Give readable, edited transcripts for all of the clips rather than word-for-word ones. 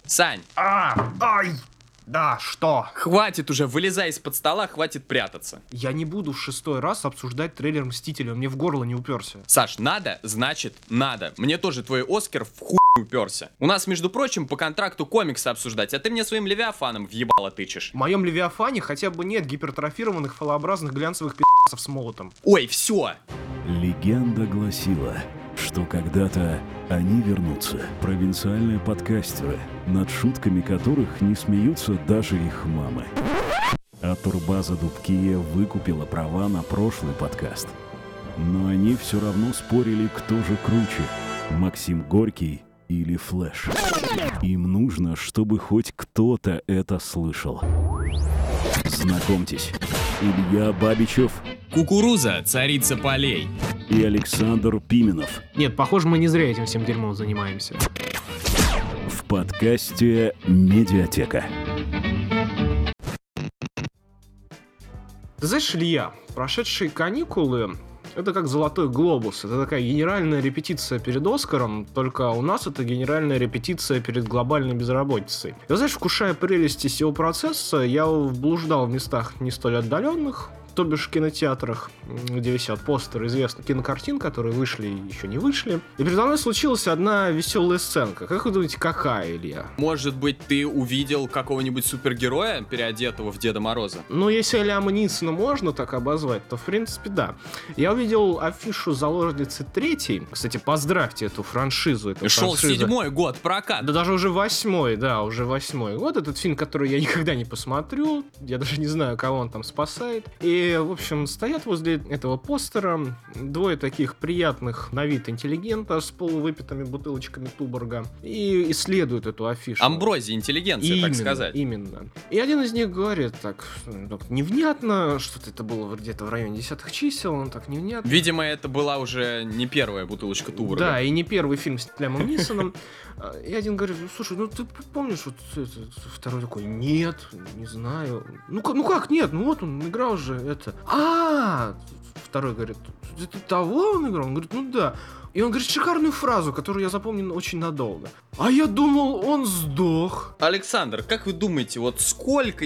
Сань, Ай! Да, что? хватит уже, вылезай из-под стола, хватит прятаться. Я не буду в 6-й раз обсуждать трейлер Мстителя, он мне в горло не уперся. Саш, надо, значит надо. Мне тоже твой Оскар в хуй уперся. У нас, между прочим, по контракту комиксы обсуждать, а ты мне своим Левиафаном в ебало тычешь. В моем Левиафане хотя бы нет гипертрофированных фалообразных глянцевых пи***цев с молотом. Ой, все. Легенда гласила, что когда-то они вернутся. Провинциальные подкастеры, над шутками которых не смеются даже их мамы. А турбаза Дубкия выкупила права на прошлый подкаст. Но они все равно спорили, кто же круче, Максим Горький или Флэш. Им нужно, чтобы хоть кто-то это слышал. Знакомьтесь, Илья Бабичев Кукуруза, царица полей. и Александр Пименов Нет, похоже, мы не зря этим всем дерьмом занимаемся. в подкасте «Медиатека». Ты знаешь, Илья, прошедшие каникулы — это как «Золотой глобус». Это такая генеральная репетиция перед Оскаром, только у нас это генеральная репетиция перед глобальной безработицей. И, знаешь, вкушая прелести всего процесса, я блуждал в местах не столь отдаленных, то бишь в кинотеатрах, где висят постеры известных кинокартин, которые вышли и еще не вышли. И передо мной случилась одна веселая сценка. Как вы думаете, какая, Илья? Может быть, ты увидел какого-нибудь супергероя, переодетого в Деда Мороза? Ну, если Лиама Нисона можно так обозвать, то, в принципе, да. Я увидел афишу «Заложницы 3». Кстати, поздравьте эту франшизу. Шел 7-й год прокат. Да даже уже 8-й, да, уже 8-й. Вот этот фильм, который я никогда не посмотрю. Я даже не знаю, кого он там спасает. И, в общем, стоят возле этого постера двое таких приятных на вид интеллигента с полувыпитыми бутылочками Туборга и исследуют эту афишу. Амброзия интеллигенция, Именно, так сказать. именно. И один из них говорит так невнятно, что-то это было где-то в районе десятых чисел, он так невнятно. Видимо, это была уже не первая бутылочка Туборга. Да, и не первый фильм с Лиамом Нисоном. И один говорит: слушай, ну ты помнишь, вот это? Второй такой: нет, не знаю. Ну как нет? Ну вот он играл же это. Второй говорит: это того он играл? Он говорит: ну да. И он говорит шикарную фразу, которую я запомнил очень надолго. А я думал, он сдох. Александр, как вы думаете, вот сколько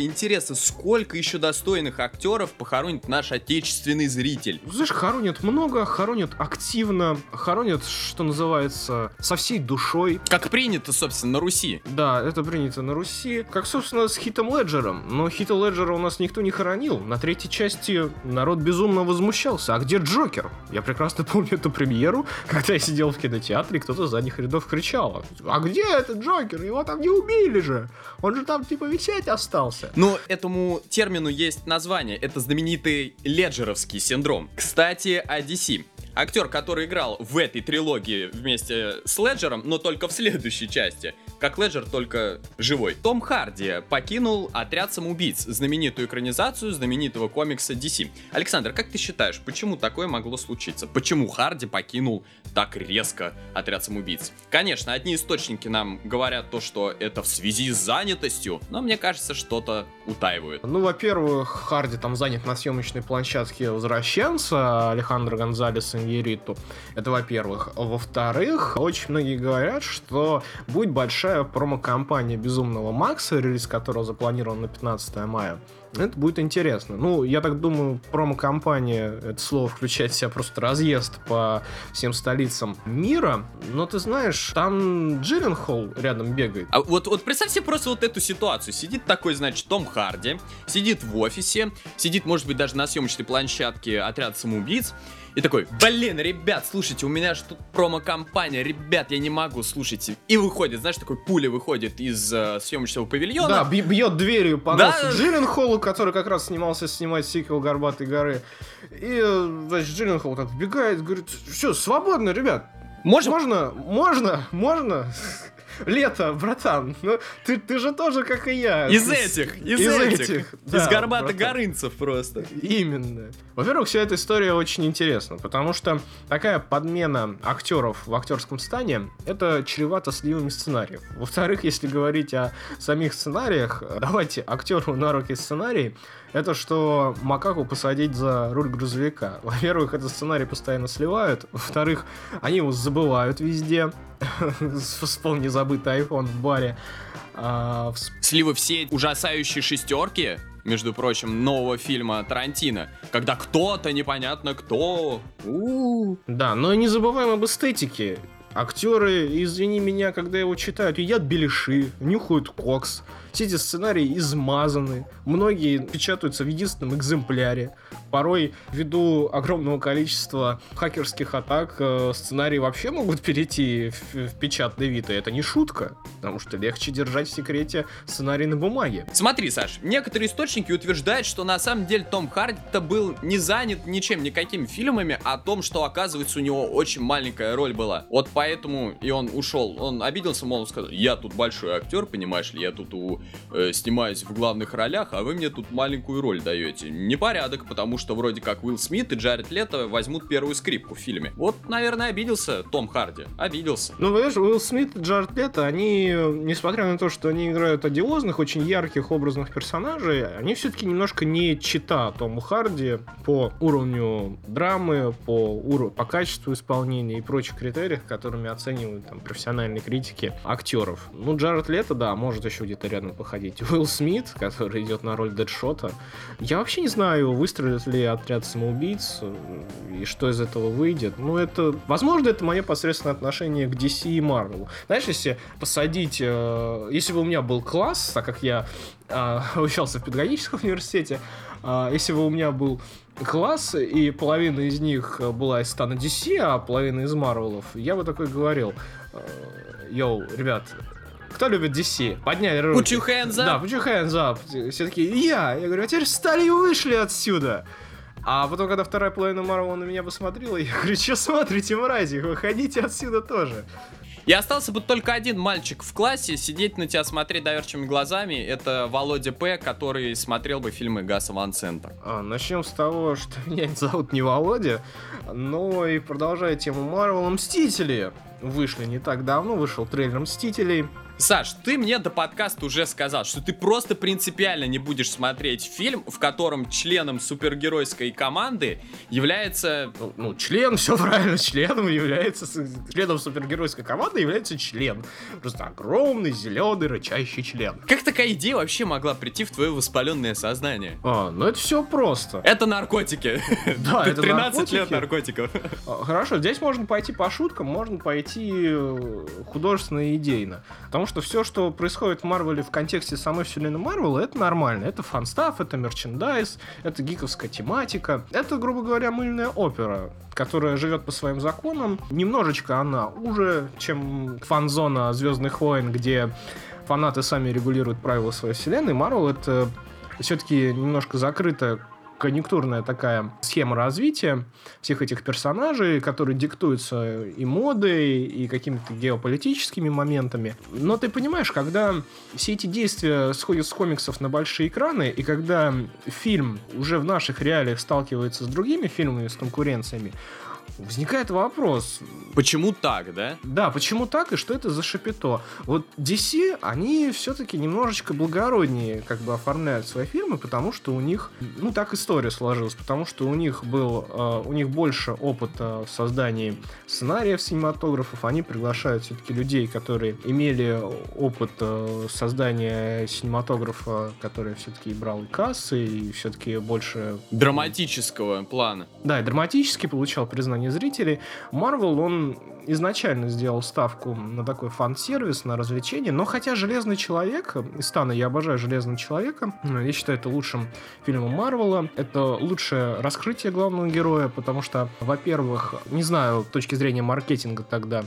еще достойных актеров похоронит наш отечественный зритель? Знаешь, хоронят много, хоронят активно, хоронят, что называется, со всей душой. Как принято, собственно, на Руси. Да, это принято на Руси. Как, собственно, с Хитом Леджером. Но Хита Леджера у нас никто не хоронил. На третьей части народ безумно возмущался. А где Джокер? Я прекрасно помню эту премьеру, когда я сидел в кинотеатре, кто-то с задних рядов кричал: а где этот Джокер? Его там не убили же! Он же там типа висеть остался. Но этому термину есть название. Это знаменитый леджеровский синдром. Кстати, о DC. Актер, который играл в этой трилогии вместе с Леджером, но только в следующей части, как Леджер, только живой. Том Харди покинул «Отряд самоубийц», знаменитую экранизацию знаменитого комикса DC. Александр, как ты считаешь, почему такое могло случиться? Почему Харди покинул так резко «Отряд самоубийц»? Конечно, одни источники нам говорят то, что это в связи с занятостью, но мне кажется, что-то утаивают. Ну, во-первых, Харди там занят на съемочной площадке «Возвращенца» Алехандро Гонзалеса Иньярриту. Это во-первых. Во-вторых, очень многие говорят, что будет большая промо-компания «Безумного Макса», релиз которого запланирован на 15 мая. Это будет интересно. Ну, я так думаю, промо-компания, это слово включает в себя просто разъезд по всем столицам мира. Но ты знаешь, там Джилленхол рядом бегает. А вот представь себе просто вот эту ситуацию. Сидит такой, значит, Том Харди, сидит в офисе, сидит, может быть, даже на съемочной площадке «Отряд самоубийц», и такой: блин, ребят, слушайте, у меня же тут промо-компания, ребят, я не могу, слушайте. И выходит, знаешь, такой пуля выходит из съемочного павильона. Да, бьет дверью по Да. носу Джилленхолу, который как раз снимать сиквел «Горбатой горы». И, значит, Джилленхол так вбегает, говорит: все, свободно, ребят. Можно? Лето, братан, ну ты же тоже, как и я. Из этих, да, из горбатых братан. горынцев просто. Именно. Во-первых, вся эта история очень интересна, потому что такая подмена актеров в актерском стане — это чревато сливами сценариев. Во-вторых, если говорить о самих сценариях, давайте актеру на руки сценарий. Это что макаку посадить за руль грузовика. Во-первых, этот сценарий постоянно сливают. Во-вторых, они его забывают везде. Вспомни забытый iPhone в баре. Сливы все ужасающие шестерки, между прочим, нового фильма Тарантино, когда кто-то, непонятно кто. Да, но и не забываем об эстетике. Актеры, извини меня, когда его читают, едят беляши, нюхают кокс. Все эти сценарии измазаны. Многие печатаются в единственном экземпляре. Порой, ввиду огромного количества хакерских атак, сценарии вообще могут перейти в печатный вид. И это не шутка, потому что легче держать в секрете сценарий на бумаге. Смотри, Саш, некоторые источники утверждают, что на самом деле Том Харди-то был не занят ничем, никакими фильмами, о том, что, оказывается, у него очень маленькая роль была. Вот поэтому и он ушел. Он обиделся, мол, сказал: я тут большой актер, понимаешь ли, я тут снимаюсь в главных ролях, а вы мне тут маленькую роль даете. Непорядок, потому что вроде как Уилл Смит и Джаред Лето возьмут первую скрипку в фильме. Вот, наверное, обиделся Том Харди. Обиделся. Ну, понимаешь, Уилл Смит и Джаред Лето, они, несмотря на то, что они играют одиозных, очень ярких, образных персонажей, они все-таки немножко не чита Тому Харди по уровню драмы, по качеству исполнения и прочих критериях, которыми оценивают там профессиональные критики актеров. Ну, Джаред Лето, да, может еще где-то рядом походить. Уилл Смит, который идет на роль Дэдшота, я вообще не знаю, выстрелит ли отряд самоубийц и что из этого выйдет. Ну, это, возможно, это мое посредственное отношение к DC и Marvel. Знаешь, если посадить, если бы у меня был класс, так как я учился в педагогическом университете, если бы у меня был класс, и половина из них была из стана DC, а половина из Марвелов, я бы такой говорил: йоу, ребят, кто любит DC? Подняли руки. Put your hands up. Да, put your hands up. Все такие: я говорю: а теперь встали и вышли отсюда. А потом, когда вторая половина Марвела на меня посмотрела, я говорю: что смотрите, мрази, выходите отсюда тоже. И остался бы только один мальчик в классе, сидеть на тебя, смотреть доверчивыми глазами. Это Володя П., который смотрел бы фильмы Гаса Ван Сента. Начнем с того, что меня зовут не Володя, но и продолжая тему Марвела, Мстители вышли не так давно, вышел трейлер Мстителей. Саш, ты мне до подкаста уже сказал, что ты просто принципиально не будешь смотреть фильм, в котором членом супергеройской команды является... Ну, член, все правильно, членом супергеройской команды является член. Просто огромный, зеленый, рычащий член. Как такая идея вообще могла прийти в твое воспаленное сознание? Ну это все просто. Это наркотики. Да, это 13 лет наркотиков. Хорошо, здесь можно пойти по шуткам, можно пойти художественно и идейно. Потому что все, что происходит в Марвеле в контексте самой вселенной Марвела, это нормально. Это фан-стафф, это мерчендайз, это гиковская тематика. Это, грубо говоря, мыльная опера, которая живет по своим законам. Немножечко она уже, чем фан-зона Звездных войн, где фанаты сами регулируют правила своей вселенной. Марвел — это все-таки немножко закрытая конъюнктурная такая схема развития всех этих персонажей, которые диктуются и модой, и какими-то геополитическими моментами. Но ты понимаешь, когда все эти действия сходят с комиксов на большие экраны, и когда фильм уже в наших реалиях сталкивается с другими фильмами, с конкуренциями, возникает вопрос. Почему так, да? Да, почему так и что это за шапито? Вот DC, они все-таки немножечко благороднее как бы оформляют свои фильмы, потому что у них, ну так история сложилась, потому что у них больше опыта в создании сценариев, синематографов, они приглашают все-таки людей, которые имели опыт создания синематографа, который все-таки брал и кассы, и все-таки больше... Драматического плана. Да, и драматически получал признание зрителей. Marvel, он изначально сделал ставку на такой фан-сервис, на развлечение, но хотя «Железный человек», из стана я обожаю «Железного человека», я считаю это лучшим фильмом Марвела, это лучшее раскрытие главного героя, потому что, во-первых, не знаю, с точки зрения маркетинга тогда,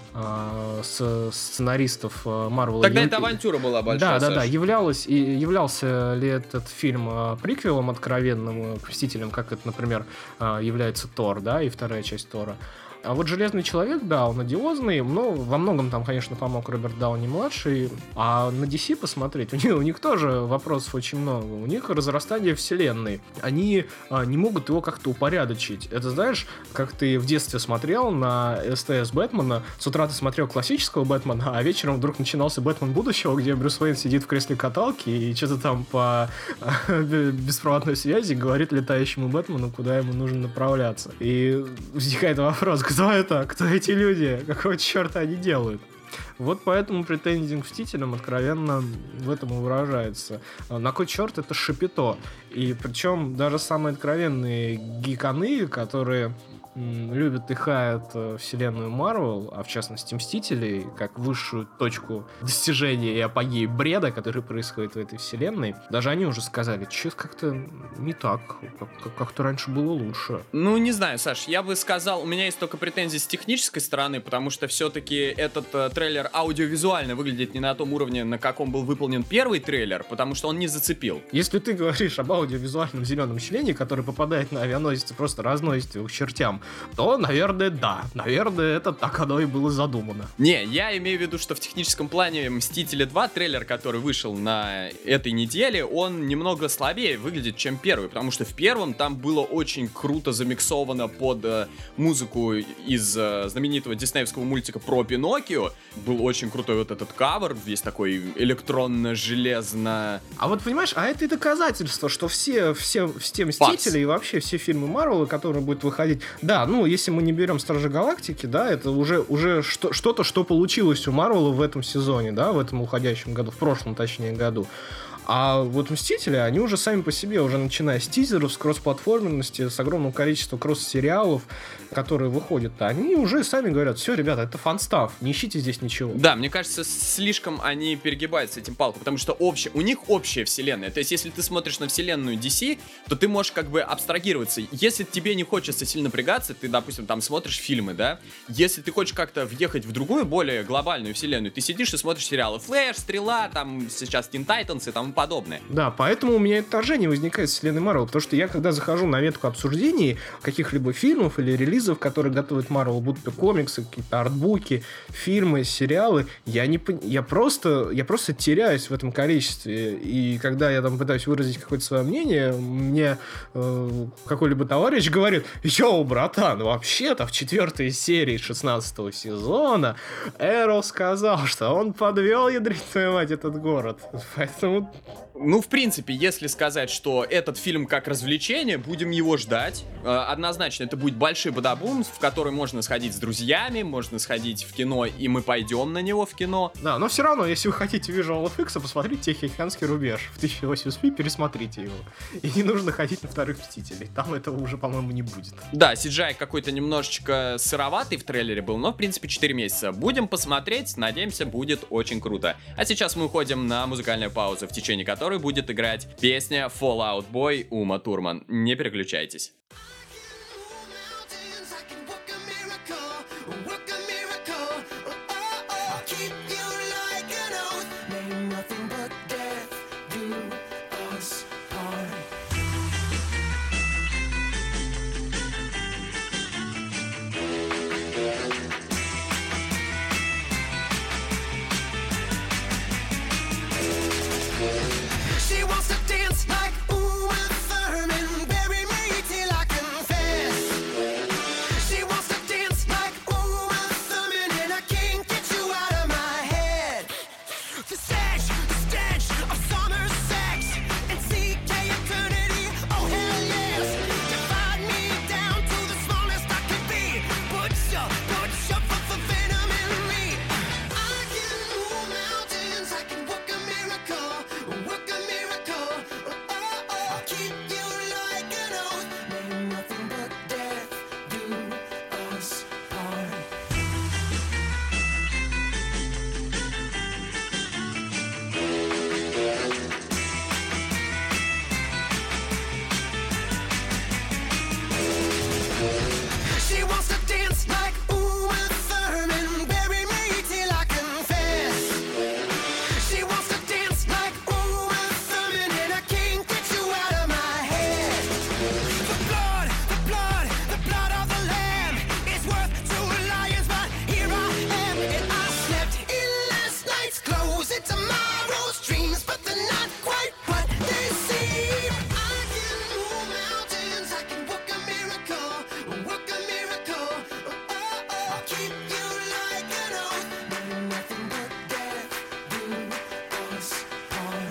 с сценаристов Марвела... Тогда эта авантюра была большая, Да, являлся ли этот фильм приквелом откровенным к «Мстителям», как это, например, является Тор, да, и вторая часть Тора. А вот «Железный человек», да, он одиозный, но во многом там, конечно, помог Роберт Дауни-младший. А на DC посмотреть, у них тоже вопросов очень много. У них разрастание вселенной. Они не могут его как-то упорядочить. Это, знаешь, как ты в детстве смотрел на СТС Бэтмена, с утра ты смотрел классического Бэтмена, а вечером вдруг начинался Бэтмен будущего, где Брюс Уэйн сидит в кресле каталки и что-то там по беспроводной связи говорит летающему Бэтмену, куда ему нужно направляться. И возникает вопрос: кто это? Кто эти люди? Какого черта они делают? Вот поэтому претензия к «Мстителям» откровенно в этом и выражается. На кой черт это шапито? И причем даже самые откровенные гиканы, которые любят и хаят вселенную Марвел, а в частности «Мстителей», как высшую точку достижения и апогея бреда, который происходит в этой вселенной, даже они уже сказали, что как-то не так, как-то раньше было лучше. Ну, не знаю, Саш, я бы сказал, у меня есть только претензии с технической стороны, потому что все-таки этот трейлер аудиовизуально выглядит не на том уровне, на каком был выполнен первый трейлер, потому что он не зацепил. Если ты говоришь об аудиовизуальном зеленом члене, который попадает на авианосец и просто разносит его к чертям, то, наверное, да. Наверное, это так оно и было задумано. Не, я имею в виду, что в техническом плане «Мстители 2», трейлер, который вышел на этой неделе, он немного слабее выглядит, чем первый, потому что в первом там было очень круто замиксовано под музыку из знаменитого диснеевского мультика про Пиноккио. Был очень крутой вот этот кавер, весь такой электронно-железно... А вот понимаешь, а это и доказательство, что все «Мстители» и вообще все фильмы Марвела, которые будут выходить... Да, ну, если мы не берем «Стражи Галактики», да, это уже что-то, что получилось у Марвела в этом сезоне, да, в этом уходящем году, в прошлом, точнее, году. А вот «Мстители», они уже сами по себе, уже начиная с тизеров, с кроссплатформенности, с огромным количеством кросс-сериалов, которые выходят, они уже сами говорят, все, ребята, это фан-став, не ищите здесь ничего. Да, мне кажется, слишком они перегибают с этим палку, потому что у них общая вселенная. То есть, если ты смотришь на вселенную DC, то ты можешь как бы абстрагироваться. Если тебе не хочется сильно напрягаться, ты, допустим, там смотришь фильмы, да? Если ты хочешь как-то въехать в другую, более глобальную вселенную, ты сидишь и смотришь сериалы «Флэш», «Стрела», там сейчас «Тин Тайтанс» и тому подобное. Да, поэтому у меня отторжение возникает с вселенной Марвел, потому что я, когда захожу на ветку обсуждений каких-либо фильмов или релизов, которые готовят Марвел, будут то комиксы, какие-то артбуки, фильмы, сериалы, я просто теряюсь в этом количестве. И когда я там пытаюсь выразить какое-то свое мнение, мне какой-либо товарищ говорит: «Йоу, братан, вообще-то в 4 серии 16 сезона Эро сказал, что он подвел, ядрить твою мать, этот город». Поэтому... Ну, в принципе, если сказать, что этот фильм как развлечение, будем его ждать. Однозначно, это будет большой бадабум, в который можно сходить с друзьями, можно сходить в кино, и мы пойдем на него в кино. Да, но все равно, если вы хотите Visual FX, посмотрите «Тихоокеанский рубеж» в 1080p, пересмотрите его. И не нужно ходить на «Вторых Мстителей», там этого уже, по-моему, не будет. Да, CGI какой-то немножечко сыроватый в трейлере был, но, в принципе, 4 месяца. Будем посмотреть, надеемся, будет очень круто. А сейчас мы уходим на музыкальную паузу, в течение которой будет играть песня Fall Out Boy Uma Thurman. Не переключайтесь. She wants to dance like Uma Thurman, bury me till I confess. She wants to dance like Uma Thurman, and I can't get you out of my head. The stench of summer sex and CK eternity, oh hell yes. Divide me down to the smallest I can be. Put your venom in me. I can move mountains, I can work a miracle. Work a miracle, I'll keep you like an oath. May nothing but death do us part. She wants to dance like Uma Thurman, bury me till I confess. She wants to dance like Uma Thurman, and I can't get you out of my head. The blood of the lamb is worth 2 lions, but here I am, and I slept in last night's clothes. And tomorrow's dreams, but they're not quite what they seem. I can move mountains, I can work a miracle, work a miracle. I'll keep you like an oath. May nothing but death do us part.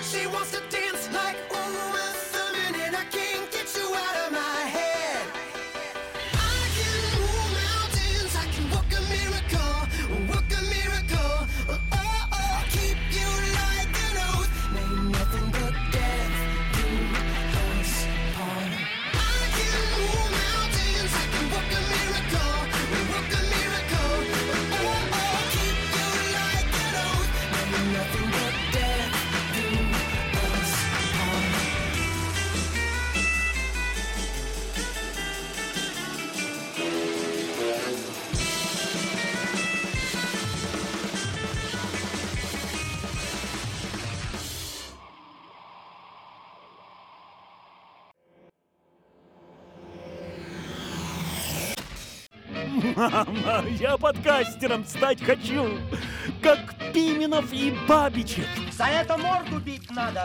She wants to dance like Uma Thurman, and I can't get you out of my head. I can move mountains, I can walk a miracle, walk a miracle. Oh, oh, oh, keep you like an oath. May nothing but death do us part. I can move mountains, I can walk a miracle, walk a miracle. Oh, oh, oh, keep you like an oath. May nothing but death do us part. Мама, я подкастером стать хочу, как Пименов и Бабичев. За это морду бить надо.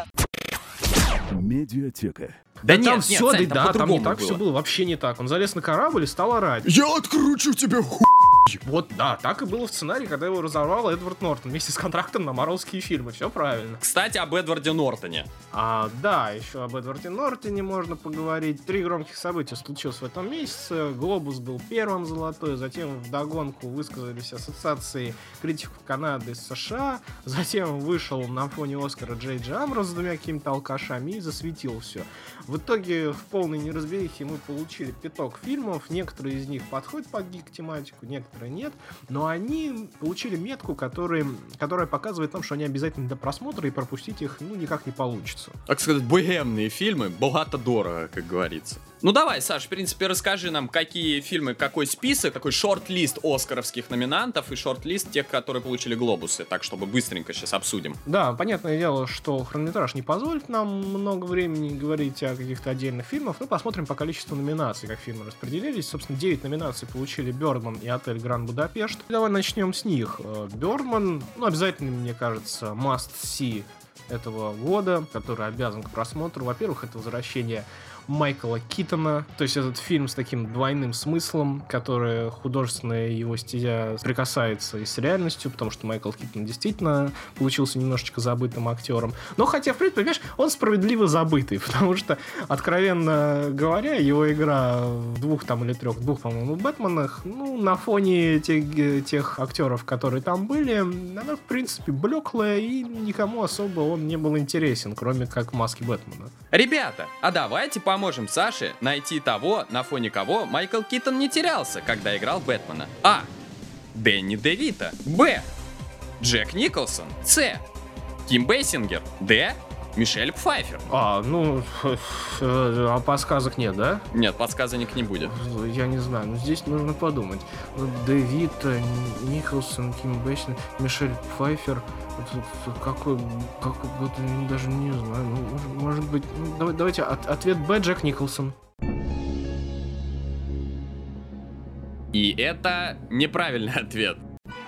Медиатека. Да там нет, все, Сань, да, там не по-другому так все было, вообще не так. Он залез на корабль и стал орать. Я откручу тебе Вот, да, так и было в сценарии, когда его разорвал Эдвард Нортон вместе с контрактом на марвелские фильмы. Все правильно. Кстати, об Эдварде Нортоне. Да, еще об Эдварде Нортоне можно поговорить. 3 громких события случилось в этом месяце. «Глобус» был первым золотой, затем вдогонку высказались ассоциации критиков Канады и США, затем вышел на фоне Оскара Джей Амброс с 2 какими-то алкашами и засветил все. В итоге в полной неразберихе мы получили 5 фильмов, некоторые из них подходят под гик-тематику, некоторые нет, но они получили метку, которая показывает нам, что они обязательны до просмотра, и пропустить их никак не получится. Так сказать, богемные фильмы, богато-дорого, как говорится. Ну давай, Саш, в принципе, расскажи нам, какие фильмы, какой список, такой шорт-лист оскаровских номинантов и шорт-лист тех, которые получили глобусы, так, чтобы быстренько сейчас обсудим. Да, понятное дело, что хронометраж не позволит нам много времени говорить о каких-то отдельных фильмах, но посмотрим по количеству номинаций, как фильмы распределились. Собственно, 9 номинаций получили «Бёрдман» и «Отель Гранд Будапешт». Давай начнем с них. «Бёрдман», обязательно, мне кажется, must-see этого года, который обязан к просмотру. Во-первых, это возвращение Майкла Китона, то есть этот фильм с таким двойным смыслом, который художественная его стезя прикасается и с реальностью, потому что Майкл Китон действительно получился немножечко забытым актером. Но хотя, в принципе, понимаешь, он справедливо забытый, потому что, откровенно говоря, его игра в 2 или 3, по-моему, Бэтменах, на фоне тех актеров, которые там были, она, в принципе, блеклая, и никому особо он не был интересен, кроме как в маске Бэтмена. Ребята, а давайте поможем Саше найти того, на фоне кого Майкл Китон не терялся, когда играл Бэтмена. А. Дэнни Де Вито. Б. Джек Николсон. С. Ким Бейсингер. Д. Мишель Пфайффер. А подсказок нет, да? Нет, подсказок не будет. Я не знаю, здесь нужно подумать. Де Вито, Николсон, Ким Бейсингер, Мишель Пфайффер. Какой, даже не знаю. Может быть, давайте ответ Б, Джек Николсон. И это неправильный ответ.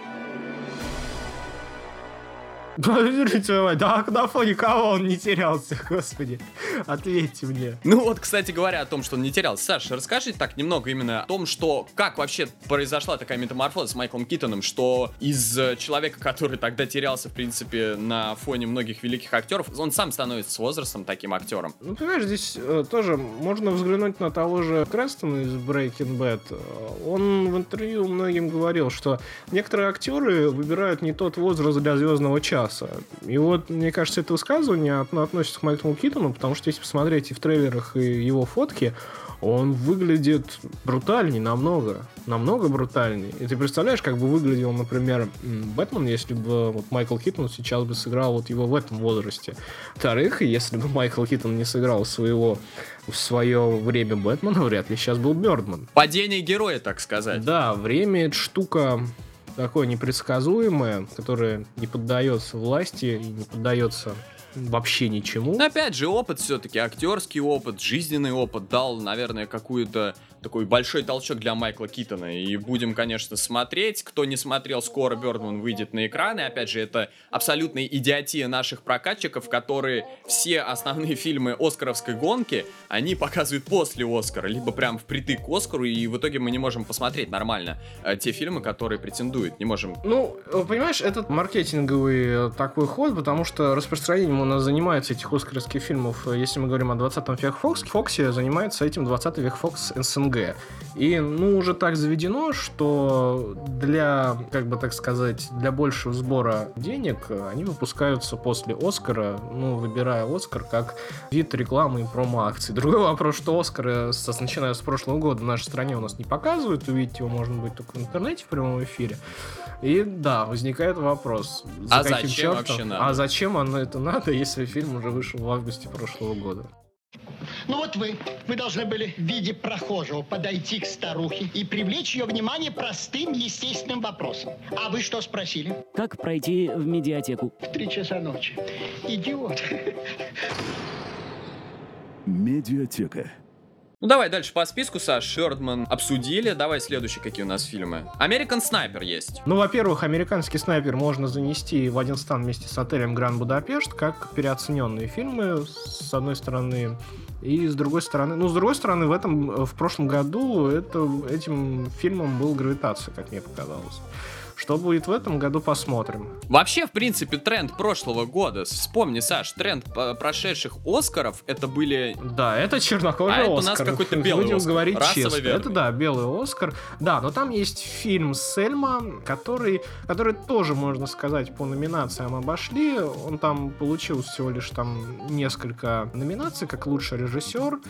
Да, на фоне кого он не терялся, господи, ответьте мне. Ну вот, кстати говоря, о том, что он не терялся. Саша, расскажи так немного именно о том, что как вообще произошла такая метаморфоза с Майклом Китоном, что из человека, который тогда терялся, в принципе, на фоне многих великих актеров, он сам становится с возрастом таким актером. Понимаешь, здесь тоже можно взглянуть на того же Крестона из Breaking Bad. Он в интервью многим говорил, что некоторые актеры выбирают не тот возраст для «Звездного часа». И вот, мне кажется, это высказывание относится к Майклу Китону, потому что если посмотреть и в трейлерах, и его фотки, он выглядит брутальней намного брутальней. И ты представляешь, как бы выглядел, например, Бэтмен, если бы вот Майкл Китон сейчас бы сыграл вот его в этом возрасте. Во-вторых, если бы Майкл Китон не сыграл в свое время Бэтмена, вряд ли сейчас был Бёрдман. Падение героя, так сказать. Да, время — это штука такое непредсказуемое, которое не поддается власти и не поддается вообще ничему. Но опять же, опыт все-таки, актерский опыт, жизненный опыт дал, наверное, какую-то такой большой толчок для Майкла Китона. И будем, конечно, смотреть. Кто не смотрел, скоро Бёрдман выйдет на экраны. Опять же, это абсолютная идиотия наших прокатчиков, которые все основные фильмы оскаровской гонки, они показывают после Оскара, либо прям впритык к Оскару, и в итоге мы не можем посмотреть нормально те фильмы, которые претендуют. Не можем. Понимаешь, это маркетинговый такой ход, потому что распространением он нас занимается этих оскаровских фильмов, если мы говорим о 20 веке Фоксе, занимается этим 20 век Фокс СНГ. И, уже так заведено, что для, так сказать, для большего сбора денег они выпускаются после Оскара, выбирая Оскар как вид рекламы и промо-акций. Другой вопрос, что Оскары, начиная с прошлого года, в нашей стране у нас не показывают, увидеть его можно будет только в интернете в прямом эфире. И да, возникает вопрос, зачем вообще надо? А зачем оно это надо, если фильм уже вышел в августе прошлого года? Ну вот вы должны были в виде прохожего подойти к старухе и привлечь ее внимание простым, естественным вопросом. А вы что спросили? Как пройти в медиатеку? В 3 часа ночи. Идиот. Медиатека. Давай дальше по списку, Саш. Шёрдман обсудили. Давай следующие, какие у нас фильмы. American Sniper есть. Во-первых, «Американский снайпер» можно занести в один стан вместе с «Отелем Гранд Будапешт» как переоцененные фильмы, с одной стороны. И с другой стороны, в прошлом году этим фильмом был «Гравитация», как мне показалось. Что будет в этом году, посмотрим. Вообще, в принципе, тренд прошлого года. Вспомни, Саш, тренд прошедших Оскаров, это были... Да, это чернокожий это Оскар. у нас какой-то белый Будем Оскар. говорить Расово честно. верный. Это, да, белый Оскар. Да, но там есть фильм «Сельма», который тоже, можно сказать, по номинациям обошли. Он там получил всего лишь несколько номинаций, как лучший режиссер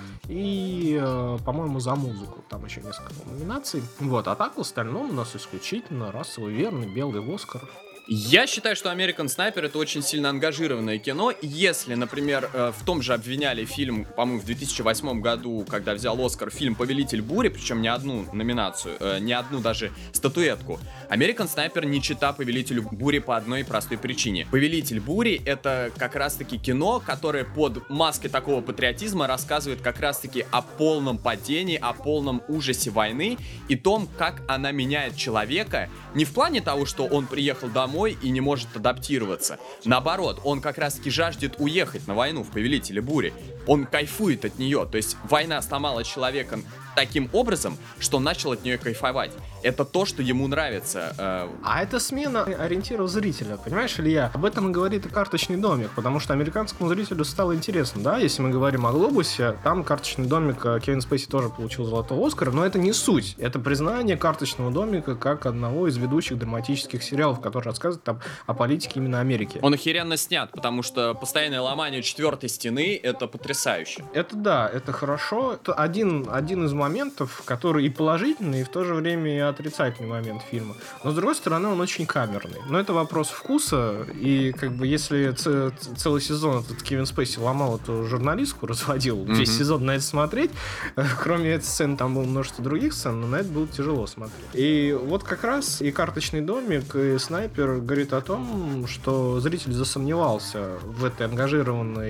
и, по-моему, за музыку. Там еще несколько номинаций. А так в остальном у нас исключительно расово верный белый Оскар. Я считаю, что American Sniper это очень сильно ангажированное кино. Если, например, в том же обвиняли фильм, по-моему, в 2008 году, когда взял Оскар, фильм «Повелитель бури», причем не одну номинацию, не одну даже статуэтку, American Sniper не чита «Повелителю бури» по одной простой причине. «Повелитель бури» это как раз-таки кино, которое под маской такого патриотизма рассказывает как раз-таки о полном падении, о полном ужасе войны и том, как она меняет человека, не в плане того, что он приехал домой и не может адаптироваться. Наоборот, он как раз-таки жаждет уехать на войну в «Повелителе бури». Он кайфует от нее. То есть война сломала человека таким образом, что он начал от нее кайфовать. Это то, что ему нравится. А это смена ориентира зрителя, понимаешь, Илья? Об этом и говорит и «Карточный домик», потому что американскому зрителю стало интересно, да? Если мы говорим о «Глобусе», там «Карточный домик», Кевин Спейси тоже получил золотой Оскар, но это не суть. Это признание «Карточного домика» как одного из ведущих драматических сериалов, который рассказывает о политике именно Америки. Он охеренно снят, потому что постоянное ломание четвертой стены — это потрясающе. Это да, это хорошо. Это один из моментов, который и положительный, и в то же время и отрицательный момент фильма. Но, с другой стороны, он очень камерный. Но это вопрос вкуса, и если целый сезон этот Кевин Спейси ломал эту журналистку, разводил весь сезон на это смотреть, кроме этой сцены там было множество других сцен, но на это было тяжело смотреть. И вот как раз и «Карточный домик», и «Снайпер» говорит о том, что зритель засомневался в ангажированном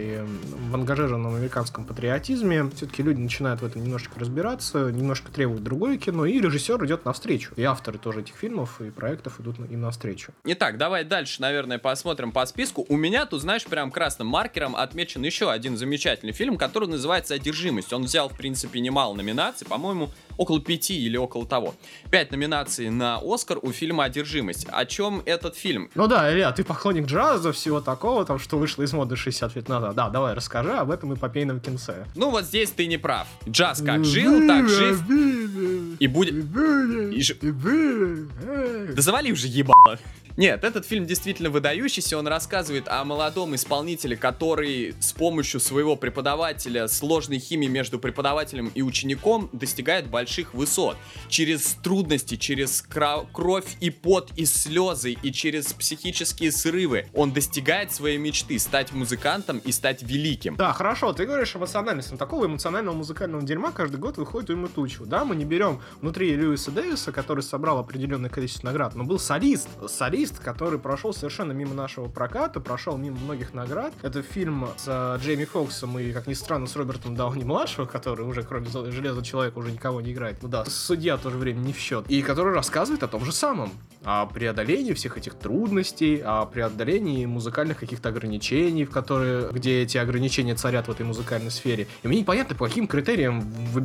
американском патриотизме. Все-таки люди начинают в этом немножечко разбираться, немножко требуют другое кино, и режиссер идет навстречу. И авторы тоже этих фильмов и проектов идут им навстречу. Итак, давай дальше, наверное, посмотрим по списку. У меня тут, знаешь, прям красным маркером отмечен еще один замечательный фильм, который называется «Одержимость». Он взял, в принципе, немало номинаций, по-моему, около 5 или около того. 5 номинаций на Оскар у фильма «Одержимость». О чем этот фильм? Ну да, Илья, ты поклонник джаза, всего такого, там, что вышло из моды 60 лет назад. Да, давай расскажи об этом эпопейном кинце. Ну вот здесь ты не прав. Джаз как жил, так жив и будет... Да завали уже, ебало. Нет, этот фильм действительно выдающийся, он рассказывает о молодом исполнителе, который с помощью своего преподавателя, сложной химии между преподавателем и учеником достигает больших высот. Через трудности, через кровь и пот, и слезы, и через психические срывы он достигает своей мечты стать музыкантом и стать великим. Да, хорошо, ты говоришь эмоциональность, но такого эмоционального музыкального дерьма каждый год выходит уйма тучу. Да, мы не берем внутри Льюиса Дэвиса, который собрал определенное количество наград, но был солист, который прошел совершенно мимо нашего проката, прошел мимо многих наград. Это фильм с Джейми Фоксом и, как ни странно, с Робертом Дауни-младшего, который уже, кроме Железного человека, уже никого не играет. Ну да, судья в то же время не в счет. И который рассказывает о том же самом. О преодолении всех этих трудностей, о преодолении музыкальных каких-то ограничений, где эти ограничения царят в этой музыкальной сфере. И мне непонятно, по каким критериям выбирают вот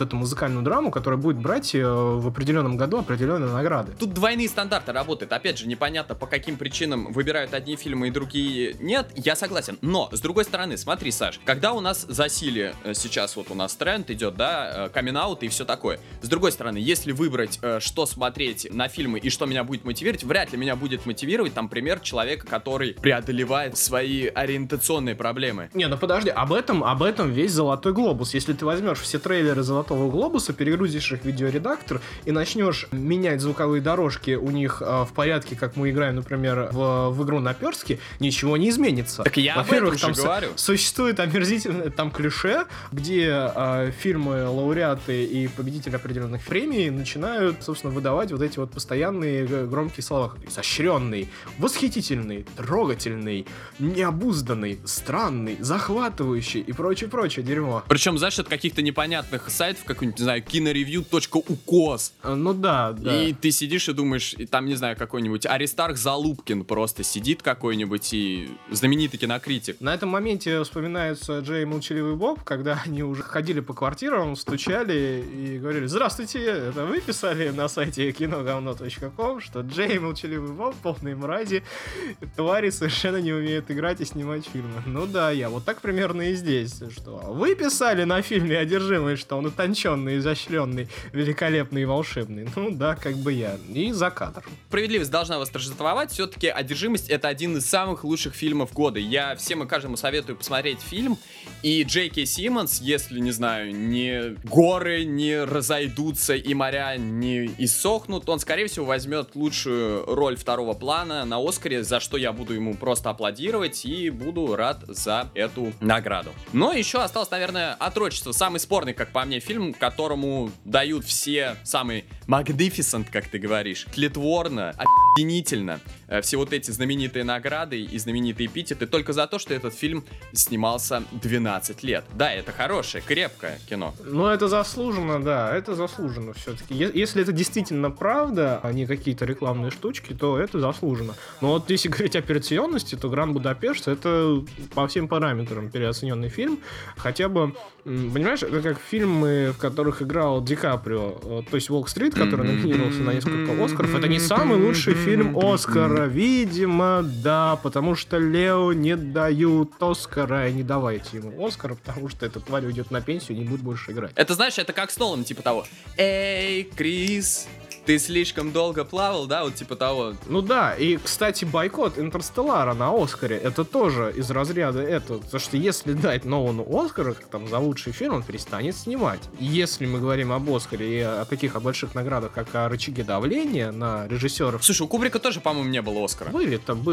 эту музыкальную драму, которая будет брать в определенном году определенные награды. Тут двойные стандарты работают. Опять же, непонятно, по каким причинам выбирают одни фильмы и другие нет. Я согласен. Но, с другой стороны, смотри, Саш, когда у нас засилие, сейчас вот у нас тренд идет, да, камин-аут и все такое. С другой стороны, если выбрать, что смотреть на фильмы и что меня будет мотивировать, вряд ли меня будет мотивировать, там, пример человека, который преодолевает свои ориентационные проблемы. Не, ну подожди, об этом весь «Золотой глобус». Если ты возьмешь все трейлеры «Золотого глобуса», перегрузишь их в видеоредактор и начнешь менять звуковые дорожки у них в порядке, как мы играем, например, в игру наперстки, ничего не изменится. Так я об этом же говорю. Существует омерзительное там клише, где фильмы, лауреаты и победители определенных премий начинают, собственно, выдавать вот эти вот постоянные громкие слова. Изощренный, восхитительный, трогательный, необузданный, странный, захватывающий и прочее дерьмо. Причем за счет каких-то непонятных сайтов, какой-нибудь, не знаю, киноревью.укос. Ну да. И ты сидишь и думаешь, и там, не знаю, какой-нибудь Аристарх Залупкин просто сидит какой-нибудь и знаменитый кинокритик. На этом моменте вспоминается Джей и Молчаливый Боб, когда они уже ходили по квартирам, стучали и говорили: здравствуйте, это вы писали на сайте киноговно.ком, что Джей и Молчаливый Боб полные мрази, твари совершенно не умеют играть и снимать фильмы. Ну да, я вот так примерно и здесь, что вы писали на фильме «Одержимый», что он утонченный, изощренный, великолепный и волшебный. Ну да, как бы я. И за кадр. Справедливость должна восторжествовать. Все-таки «Одержимость» — это один из самых лучших фильмов года. Я всем и каждому советую посмотреть фильм. И Джей Кей Симмонс, если, не знаю, не горы не разойдутся и моря не иссохнут, он, скорее всего, возьмет лучшую роль второго плана на «Оскаре», за что я буду ему просто аплодировать и буду рад за эту награду. Но еще осталось, наверное, «Отрочество». Самый спорный, как по мне, фильм, которому дают все самый magnificent, как ты говоришь, тлетворно, охренительно. Все вот эти знаменитые награды и знаменитые эпитеты только за то, что этот фильм снимался 12 лет. Да, это хорошее, крепкое кино. Ну, это заслуженно, да, это заслуженно все-таки. Если это действительно правда, а не какие-то рекламные штучки, то это заслуженно. Но вот если говорить о операционности, то «Гранд Будапешт» — это по всем параметрам переоцененный фильм. Хотя бы, понимаешь, это как фильмы, в которых играл Ди Каприо. То есть «Уолл-стрит», который номинировался на несколько Оскаров, это не самый лучший фильм Оскара. Видимо, да, потому что Лео не дают Оскара, и не давайте ему Оскара, потому что эта тварь уйдет на пенсию и не будет больше играть. Это, знаешь, это как с Ноланом, типа того: «Эй, Крис, ты слишком долго плавал», да, вот типа того. Ну да, и, кстати, бойкот «Интерстеллара» на Оскаре, это тоже из разряда этого, потому что если дать Нолану Оскара, как там, за лучший фильм, он перестанет снимать. И если мы говорим об Оскаре и о таких больших наградах, как о «Рычаге давления» на режиссеров. Слушай, у Кубрика тоже, по-моему, не было Оскара. Были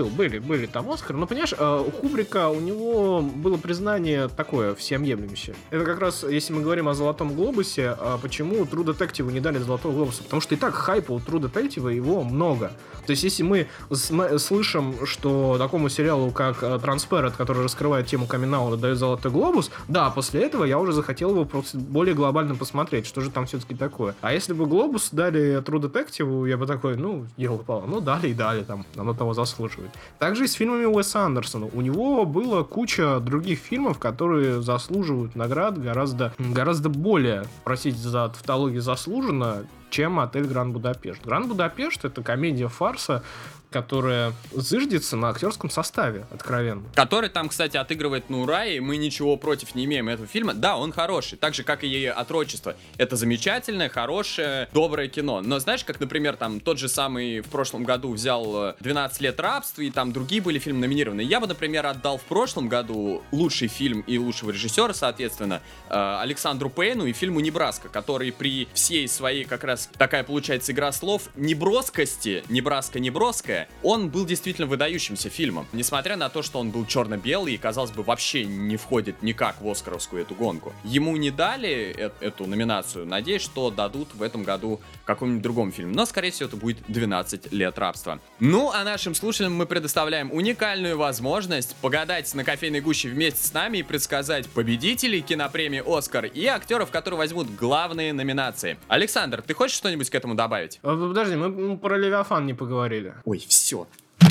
там Оскары, но, понимаешь, у Кубрика, у него было признание такое, всеобъемлющее. Это как раз, если мы говорим о «Золотом глобусе», почему True Detective не дали «Золотого глобуса», потому что и так хайпа у True Detective его много. То есть, если мы слышим, что такому сериалу, как Transparent, который раскрывает тему камин-аута, дает «Золотой глобус», да, после этого я уже захотел его просто более глобально посмотреть, что же там все-таки такое. А если бы «Глобус» дали True Detective, я бы такой, ну, елки-палки, ну, дали и дали, там, оно того заслуживает. Также и с фильмами Уэса Андерсона. У него была куча других фильмов, которые заслуживают наград гораздо более, простите за тавтологию, заслуженно, чем «Отель Гранд Будапешт». «Гранд Будапешт» — это комедия фарса, которая зыждется на актерском составе, откровенно. Который там, кстати, отыгрывает на ура, и мы ничего против не имеем этого фильма. Да, он хороший, так же, как и «Отрочество». Это замечательное, хорошее, доброе кино. Но знаешь, как, например, там тот же самый в прошлом году взял «12 лет рабства», и там другие были фильмы номинированы. Я бы, например, отдал в прошлом году лучший фильм и лучшего режиссера, соответственно, Александру Пейну и фильму «Небраска», который при всей своей, как раз такая получается игра слов, неброскости, Небраска-неброская, он был действительно выдающимся фильмом. Несмотря на то, что он был черно-белый и, казалось бы, вообще не входит никак в оскаровскую эту гонку. Ему не дали эту номинацию. Надеюсь, что дадут в этом году какому-нибудь другому фильму. Но, скорее всего, это будет «12 лет рабства». Ну, а нашим слушателям мы предоставляем уникальную возможность погадать на кофейной гуще вместе с нами и предсказать победителей кинопремии «Оскар» и актеров, которые возьмут главные номинации. Александр, ты хочешь что-нибудь к этому добавить? Подожди, мы про «Левиафан» не поговорили. Ой, все.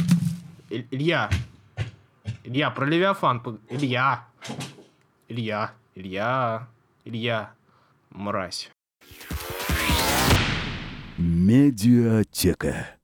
Илья, про «Левиафан». Илья. мразь. Медиатека.